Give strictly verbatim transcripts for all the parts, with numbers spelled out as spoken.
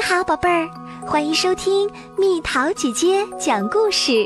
好，宝贝儿，欢迎收听蜜桃姐姐讲故事。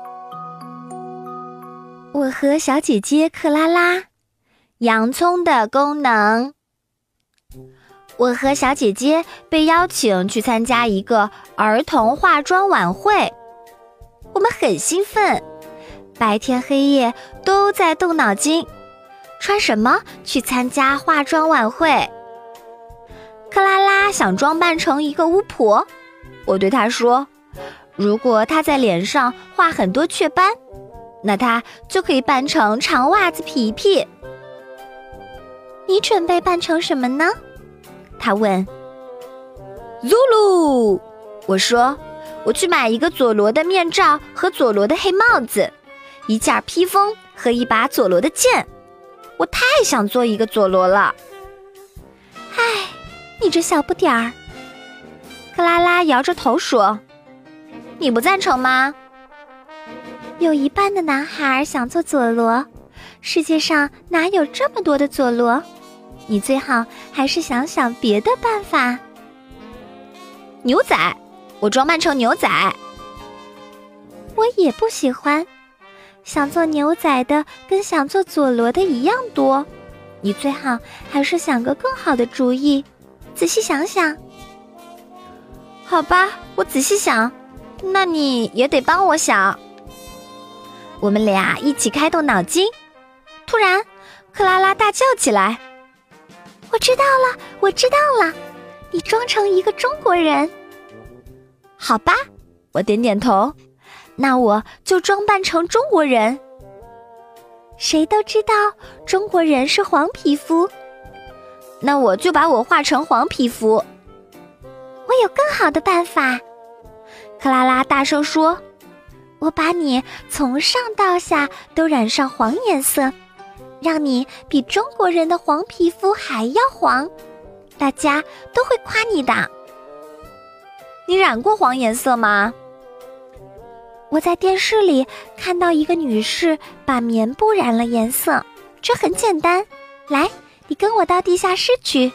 我和小姐姐克拉拉，洋葱的功能。我和小姐姐被邀请去参加一个儿童化妆晚会，我们很兴奋，白天黑夜都在动脑筋，穿什么去参加化妆晚会。克拉拉想装扮成一个巫婆，我对她说，如果她在脸上画很多雀斑，那她就可以扮成长袜子皮皮。你准备扮成什么呢？她问。Zulu， 我说，我去买一个佐罗的面罩和佐罗的黑帽子，一件披风和一把佐罗的剑。我太想做一个佐罗了。唉，你这小不点儿。克拉拉摇着头说，你不赞成吗？有一半的男孩想做佐罗，世界上哪有这么多的佐罗？你最好还是想想别的办法。牛仔，我装扮成牛仔。我也不喜欢，想做牛仔的跟想做佐罗的一样多。你最好还是想个更好的主意，仔细想想。好吧，我仔细想，那你也得帮我想。我们俩一起开动脑筋。突然，克拉拉大叫起来，我知道了，我知道了，你装成一个中国人。好吧，我点点头，那我就装扮成中国人。谁都知道中国人是黄皮肤，那我就把我画成黄皮肤。我有更好的办法，克拉拉大声说，我把你从上到下都染上黄颜色，让你比中国人的黄皮肤还要黄，大家都会夸你的。你染过黄颜色吗？我在电视里看到一个女士把棉布染了颜色，这很简单。来，你跟我到地下室去。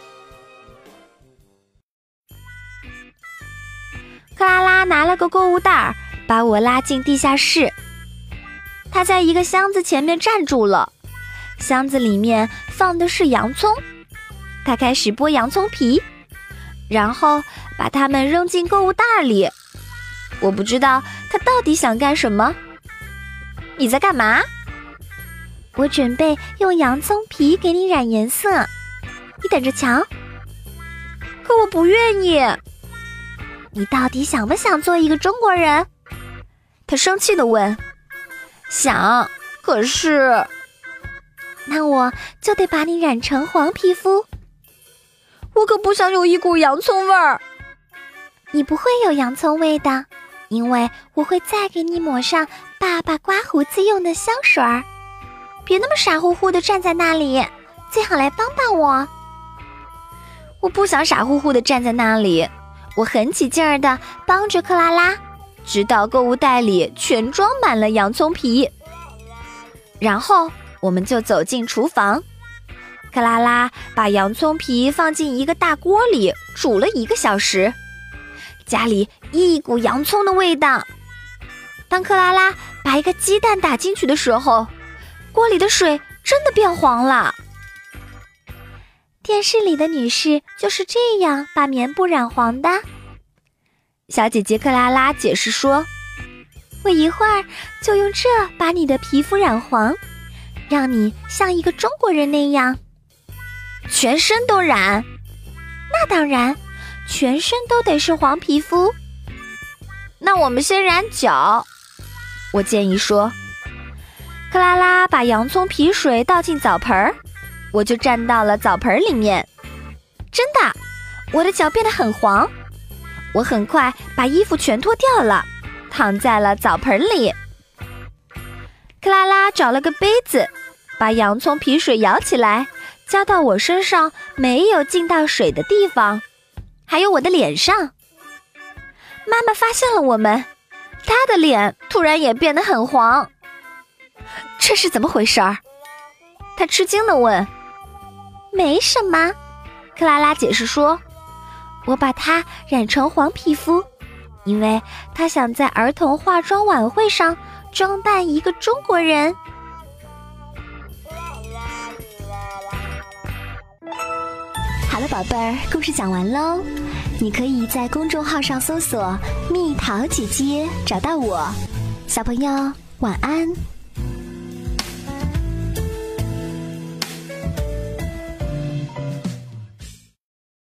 克拉拉拿了个购物袋，把我拉进地下室。她在一个箱子前面站住了，箱子里面放的是洋葱。她开始剥洋葱皮，然后把它们扔进购物袋里。我不知道她到底想干什么。你在干嘛？我准备用洋葱皮给你染颜色，你等着瞧。可我不愿意。你到底想不想做一个中国人？他生气地问。想，可是……那我就得把你染成黄皮肤。我可不想有一股洋葱味儿。你不会有洋葱味的，因为我会再给你抹上爸爸刮胡子用的香水儿。别那么傻乎乎地站在那里，最好来帮帮我。我不想傻乎乎地站在那里。我很起劲儿地帮着克拉拉，直到购物袋里全装满了洋葱皮。然后我们就走进厨房，克拉拉把洋葱皮放进一个大锅里煮了一个小时，家里一股洋葱的味道。当克拉拉把一个鸡蛋打进去的时候，锅里的水真的变黄了。电视里的女士就是这样把棉布染黄的。小姐姐克拉拉解释说，我一会儿就用这把你的皮肤染黄，让你像一个中国人那样。全身都染？那当然，全身都得是黄皮肤。那我们先染脚，我建议说。克拉拉把洋葱皮水倒进澡盆儿，我就站到了澡盆里面。真的，我的脚变得很黄。我很快把衣服全脱掉了，躺在了澡盆里。克拉拉找了个杯子，把洋葱皮水舀起来，浇到我身上没有进到水的地方，还有我的脸上。妈妈发现了我们，她的脸突然也变得很黄。这是怎么回事儿？她吃惊地问。没什么，克拉拉解释说， 我把它染成黄皮肤，因为他想在儿童化妆晚会上装扮一个中国人。好了，宝贝儿，故事讲完喽。你可以在公众号上搜索蜜桃姐姐找到我。小朋友，晚安。